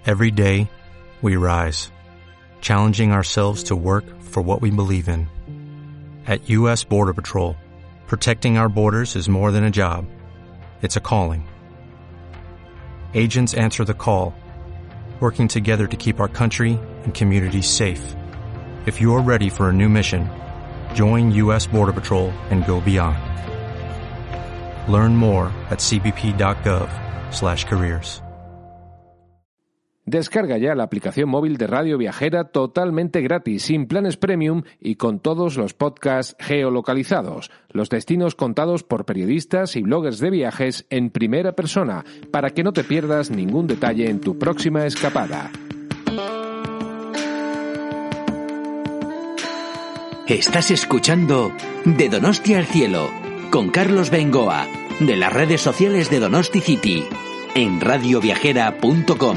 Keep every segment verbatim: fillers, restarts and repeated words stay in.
Every day, we rise, challenging ourselves to work for what we believe in. At U S Border Patrol, protecting our borders is more than a job. It's a calling. Agents answer the call, working together to keep our country and communities safe. If you're ready for a new mission, join U S Border Patrol and go beyond. Learn more at cbp.gov slash careers. Descarga ya la aplicación móvil de Radio Viajera totalmente gratis, sin planes premium y con todos los podcasts geolocalizados, los destinos contados por periodistas y bloggers de viajes en primera persona, para que no te pierdas ningún detalle en tu próxima escapada. Estás escuchando De Donostia al Cielo, con Carlos Bengoa, de las redes sociales de Donosti City, en radio viajera punto com.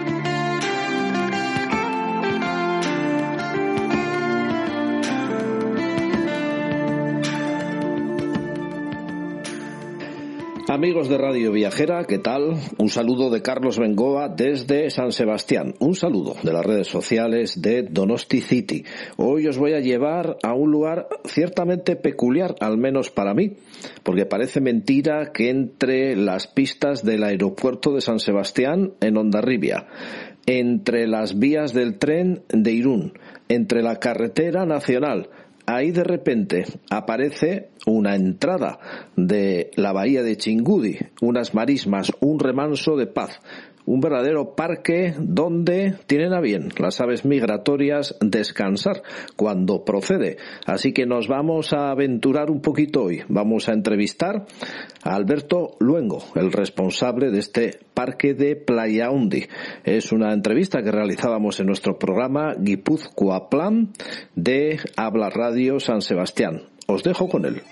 Amigos de Radio Viajera, ¿qué tal? Un saludo de Carlos Bengoa desde San Sebastián. Un saludo de las redes sociales de Donosti City. Hoy os voy a llevar a un lugar ciertamente peculiar, al menos para mí, porque parece mentira que entre las pistas del aeropuerto de San Sebastián en Hondarribia, entre las vías del tren de Irún, entre la carretera nacional, ahí de repente aparece una entrada de la bahía de Chingudi, unas marismas, un remanso de paz, un verdadero parque donde tienen a bien las aves migratorias descansar cuando procede. Así que nos vamos a aventurar un poquito hoy. Vamos a entrevistar a Alberto Luengo, el responsable de este parque de Playaundi. Es una entrevista que realizábamos en nuestro programa Guipúzcoa Plan de Habla Radio San Sebastián. Os dejo con él.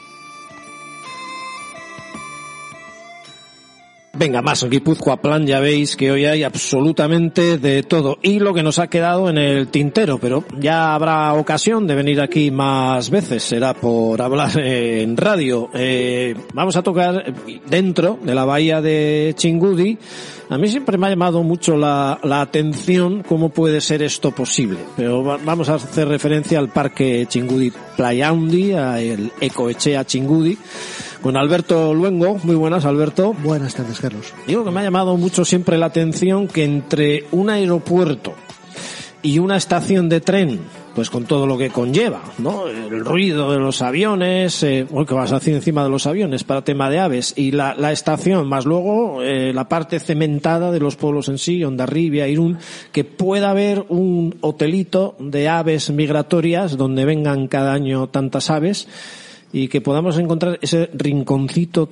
Venga, más Guipúzcoa Plan, ya veis que hoy hay absolutamente de todo y lo que nos ha quedado en el tintero, pero ya habrá ocasión de venir aquí más veces, será por hablar en radio. Eh, vamos a tocar dentro de la bahía de Chingudi. A mí siempre me ha llamado mucho la, la atención cómo puede ser esto posible, pero va, vamos a hacer referencia al parque Chingudi Playaundi, al Ecoechea Chingudi, con Alberto Luengo. Muy buenas, Alberto. Buenas tardes, Carlos. Digo que me ha llamado mucho siempre la atención que entre un aeropuerto y una estación de tren, pues con todo lo que conlleva, ¿no? El ruido de los aviones, eh, bueno, que vas a decir encima de los aviones para tema de aves, y la, la estación, más luego eh, la parte cementada de los pueblos en sí, Hondarribia, Irún, que pueda haber un hotelito de aves migratorias donde vengan cada año tantas aves, y que podamos encontrar ese rinconcito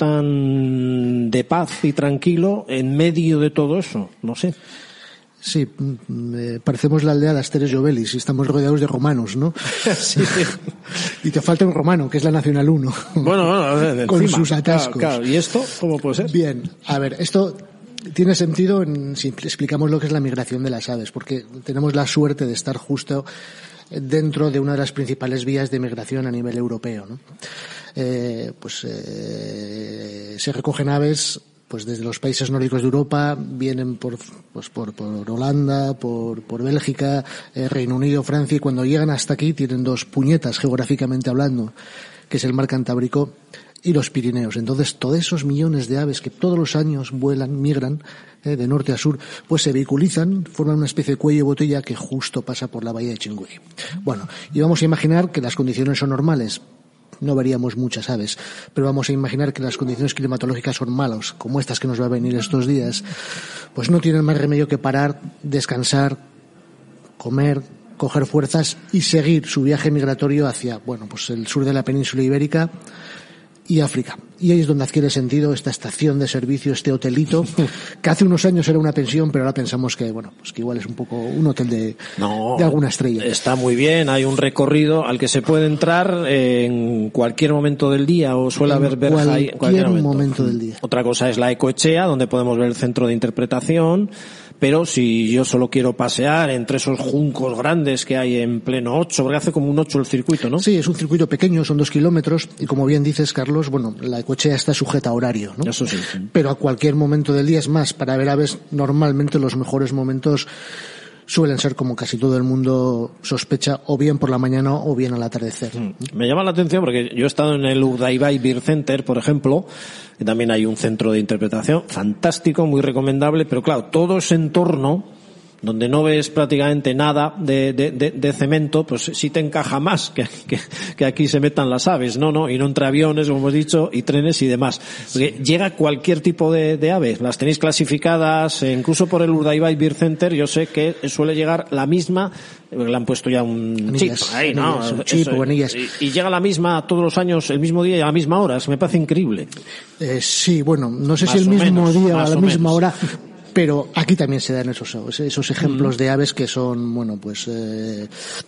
tan de paz y tranquilo en medio de todo eso, no sé. Sí, eh, parecemos la aldea de Asteres y Obelix y estamos rodeados de romanos, ¿no? Sí. Y te falta un romano, que es la Nacional uno. Bueno, bueno, con encima, sus atascos. Claro, claro. ¿Y esto cómo puede ser? Bien, a ver, esto tiene sentido en, si explicamos lo que es la migración de las aves, porque tenemos la suerte de estar justo dentro de una de las principales vías de migración a nivel europeo, ¿no? Eh, pues eh, se recogen aves pues desde los países nórdicos de Europa, vienen por pues por, por Holanda, por, por Bélgica, eh, Reino Unido, Francia, y cuando llegan hasta aquí tienen dos puñetas geográficamente hablando, que es el mar Cantábrico y los Pirineos. Entonces, todos esos millones de aves que todos los años vuelan, migran eh, de norte a sur, pues se vehiculizan, forman una especie de cuello de botella que justo pasa por la bahía de Chingudi. Bueno, y vamos a imaginar que las condiciones son normales. No veríamos muchas aves, pero vamos a imaginar que las condiciones climatológicas son malas, como estas que nos va a venir estos días, pues no tienen más remedio que parar, descansar, comer, coger fuerzas y seguir su viaje migratorio hacia, bueno, pues el sur de la península ibérica y África. Y ahí es donde adquiere sentido esta estación de servicio, este hotelito, que hace unos años era una pensión, pero ahora pensamos que, bueno, pues que igual es un poco un hotel de, no, de alguna estrella. Está muy bien, hay un recorrido al que se puede entrar en cualquier momento del día, o suele haber verja ahí en cualquier momento. momento del día. Otra cosa es la Ecoechea, donde podemos ver el centro de interpretación, pero si yo solo quiero pasear entre esos juncos grandes que hay en pleno ocho, porque hace como un ocho el circuito, ¿no? Sí, es un circuito pequeño, son dos kilómetros, y como bien dices, Carlos, bueno, la Ecoechea está sujeta a horario, ¿no? Eso sí. Pero a cualquier momento del día, es más, para ver aves, normalmente los mejores momentos suelen ser, como casi todo el mundo sospecha, o bien por la mañana o bien al atardecer. Me llama la atención porque yo he estado en el Urdaibai Bird Center, por ejemplo, que también hay un centro de interpretación fantástico, muy recomendable, pero claro, todo ese entorno donde no ves prácticamente nada de, de, de, de cemento, pues sí te encaja más que, que, que aquí se metan las aves, no, no, y no entre aviones, como hemos dicho, y trenes y demás. Porque llega cualquier tipo de, de ave, las tenéis clasificadas, eh, incluso por el Urdaibai Bird Center, yo sé que suele llegar la misma, le han puesto ya un anillas, chip ahí, ¿no? Anillas, un chip Eso, o anillas. Y, y llega la misma todos los años, el mismo día y a la misma hora, es que me parece increíble. Eh, sí, bueno, no sé Más si el o mismo menos, día o a más la o misma menos. hora, pero aquí también se dan esos esos ejemplos mm. de aves que son, bueno, pues eh,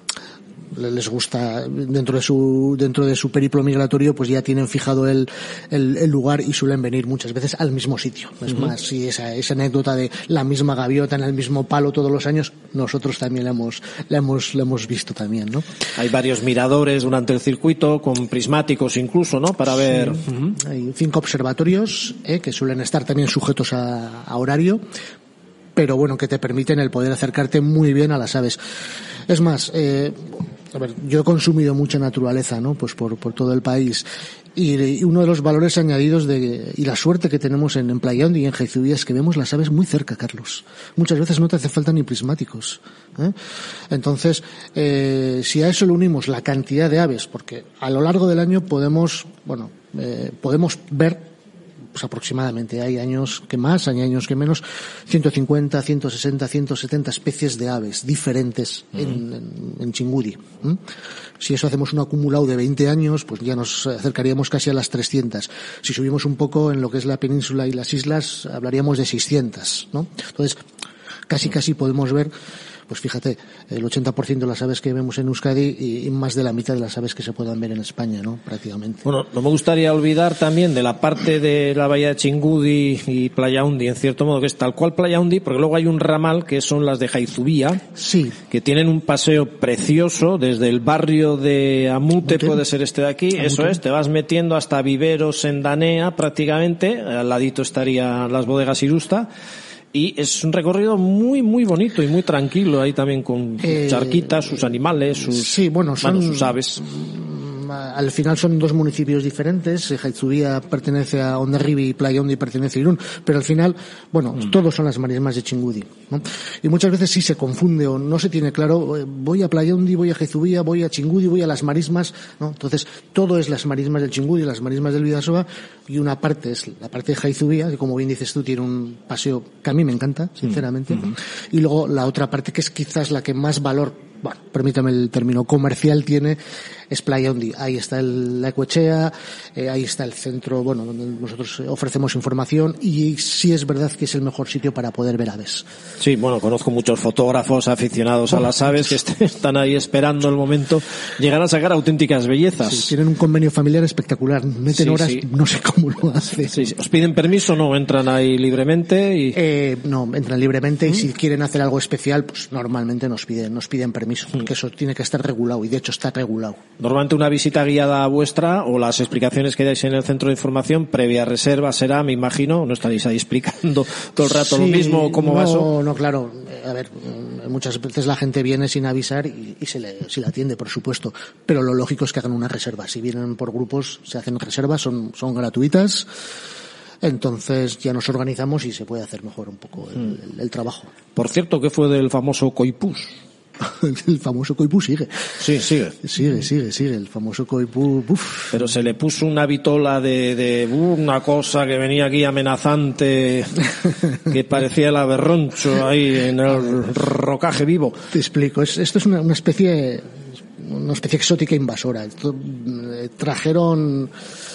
les gusta dentro de su dentro de su periplo migratorio, pues ya tienen fijado el el, el lugar y suelen venir muchas veces al mismo sitio. Es uh-huh. más, si esa esa anécdota de la misma gaviota en el mismo palo todos los años, nosotros también la hemos la hemos la hemos visto también, ¿no? Hay varios miradores durante el circuito con prismáticos incluso, ¿no? Para ver. Sí. Uh-huh. Hay cinco observatorios eh, que suelen estar también sujetos a, a horario, pero bueno, que te permiten el poder acercarte muy bien a las aves. Es más, eh, a ver, yo he consumido mucha naturaleza, ¿no? Pues por, por todo el país. Y, y uno de los valores añadidos de, y la suerte que tenemos en, en Playa Hondo y en Jaizubía es que vemos las aves muy cerca, Carlos. Muchas veces no te hace falta ni prismáticos, ¿eh? Entonces, eh, si a eso le unimos la cantidad de aves, porque a lo largo del año podemos, bueno, eh, podemos ver, pues aproximadamente, hay años que más, hay años que menos, ciento cincuenta, ciento sesenta, ciento setenta especies de aves diferentes uh-huh. en, en, en Chingudi. ¿Mm? Si eso hacemos un acumulado de veinte años, pues ya nos acercaríamos casi a las trescientas. Si subimos un poco en lo que es la península y las islas, hablaríamos de seiscientas, ¿no? Entonces, casi casi podemos ver, pues fíjate, el ochenta por ciento de las aves que vemos en Euskadi y, y más de la mitad de las aves que se puedan ver en España, ¿no? Prácticamente. Bueno, no me gustaría olvidar también de la parte de la bahía de Chingudi y Playa Hondo, en cierto modo, que es tal cual Playa Hondo, porque luego hay un ramal que son las de Jaizubía, sí, que tienen un paseo precioso desde el barrio de Amute, Amute. Puede ser este de aquí, Amute. Eso es, te vas metiendo hasta Viveros en Danea prácticamente, al ladito estarían las bodegas Irusta. Y es un recorrido muy, muy bonito y muy tranquilo, ahí también con eh, charquitas, sus animales, sus, sí, bueno, son, bueno, sus aves. Al final son dos municipios diferentes, Jaizubía pertenece a Hondarribi y Playa Hondo pertenece a Irún, pero al final, bueno, mm. todos son las marismas de Chingudi, ¿no? Y muchas veces sí se confunde o no se tiene claro, voy a Playa Hondo, voy a Jaizubía, voy a Chingudi, voy a las marismas, ¿no? Entonces, todo es las marismas del Chingudi, las marismas del Bidasoa, y una parte es la parte de Jaizubía, que como bien dices tú, tiene un paseo que a mí me encanta, sinceramente, mm. y luego la otra parte que es quizás la que más valor, bueno, permítame el término, comercial tiene, es Playa Hondo. Ahí está el, la Ecoechea, eh, ahí está el centro, bueno, donde nosotros ofrecemos información, y sí es verdad que es el mejor sitio para poder ver aves. Sí, bueno, conozco muchos fotógrafos aficionados bueno, a las aves que est- están ahí esperando el momento, llegan a sacar auténticas bellezas. Sí, tienen un convenio familiar espectacular, meten sí, horas, sí. No sé cómo lo hacen. Sí, sí. ¿Os piden permiso o no? ¿Entran ahí libremente? Y... Eh, no, entran libremente, ¿Mm? Y si quieren hacer algo especial, pues normalmente nos piden, nos piden permiso, porque ¿Mm? Eso tiene que estar regulado, y de hecho está regulado. Normalmente una visita guiada vuestra o las explicaciones que dais en el centro de información previa reserva será, me imagino, no estaréis ahí explicando todo el rato sí, lo mismo, cómo no, va eso. No, no, claro, a ver, muchas veces la gente viene sin avisar y, y se le, se le atiende, por supuesto, pero lo lógico es que hagan una reserva. Si vienen por grupos, se hacen reservas, son, son gratuitas. Entonces ya nos organizamos y se puede hacer mejor un poco el, el, el trabajo. Por cierto, ¿qué fue del famoso Coipús? El famoso Coipú sigue. Sí, sigue. Sigue, sigue, sigue. El famoso Coipú. Uf. Pero se le puso una vitola de, de uh, una cosa que venía aquí amenazante, que parecía el aberroncho ahí en el rocaje vivo. Te explico. Es, esto es una, una especie, una especie exótica invasora. Esto, eh, trajeron,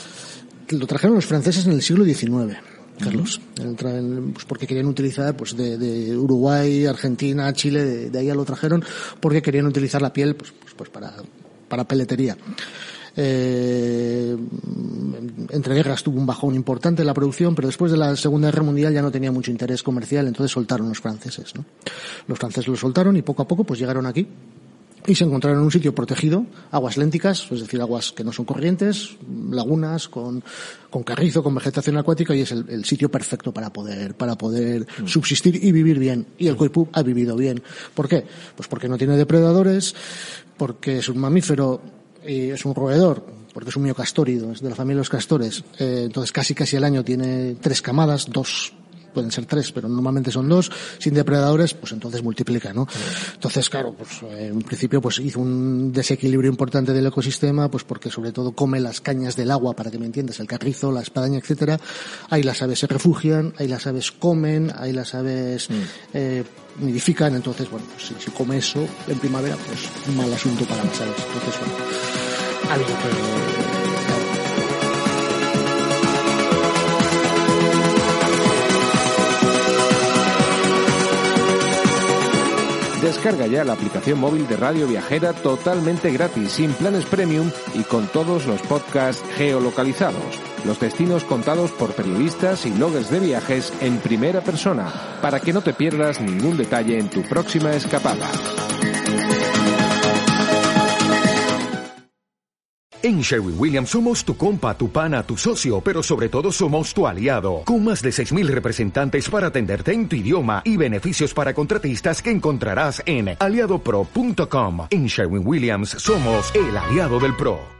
lo trajeron los franceses en el siglo diecinueve. Carlos, pues porque querían utilizar pues de, de Uruguay, Argentina, Chile, de, de ahí lo trajeron porque querían utilizar la piel pues, pues, pues para, para peletería. Eh, entre guerras tuvo un bajón importante en la producción, pero después de la Segunda Guerra Mundial ya no tenía mucho interés comercial, entonces soltaron los franceses, ¿no? Los franceses lo soltaron y poco a poco pues llegaron aquí y se encontraron en un sitio protegido, aguas lénticas, es decir, aguas que no son corrientes, lagunas con, con carrizo, con vegetación acuática, y es el, el sitio perfecto para poder, para poder mm. subsistir y vivir bien. Y el coipú ha vivido bien. ¿Por qué? Pues porque no tiene depredadores, porque es un mamífero y es un roedor, porque es un miocastórido, es de la familia de los castores. Eh, entonces casi casi al año tiene tres camadas, dos pueden ser tres, pero normalmente son dos, sin depredadores, pues entonces multiplica, ¿no? Entonces, claro, pues en principio pues hizo un desequilibrio importante del ecosistema, pues porque sobre todo come las cañas del agua, para que me entiendas, el carrizo, la espadaña, etcétera. Ahí las aves se refugian, ahí las aves comen, ahí las aves mm. eh, nidifican, entonces, bueno, pues si, si come eso en primavera, pues mal asunto para las aves. Entonces, bueno, ha habido que... Descarga ya la aplicación móvil de Radio Viajera totalmente gratis, sin planes premium y con todos los podcasts geolocalizados. Los destinos contados por periodistas y bloggers de viajes en primera persona, para que no te pierdas ningún detalle en tu próxima escapada. En Sherwin-Williams somos tu compa, tu pana, tu socio, pero sobre todo somos tu aliado. Con más de seis mil representantes para atenderte en tu idioma y beneficios para contratistas que encontrarás en aliado pro punto com. En Sherwin-Williams somos el aliado del pro.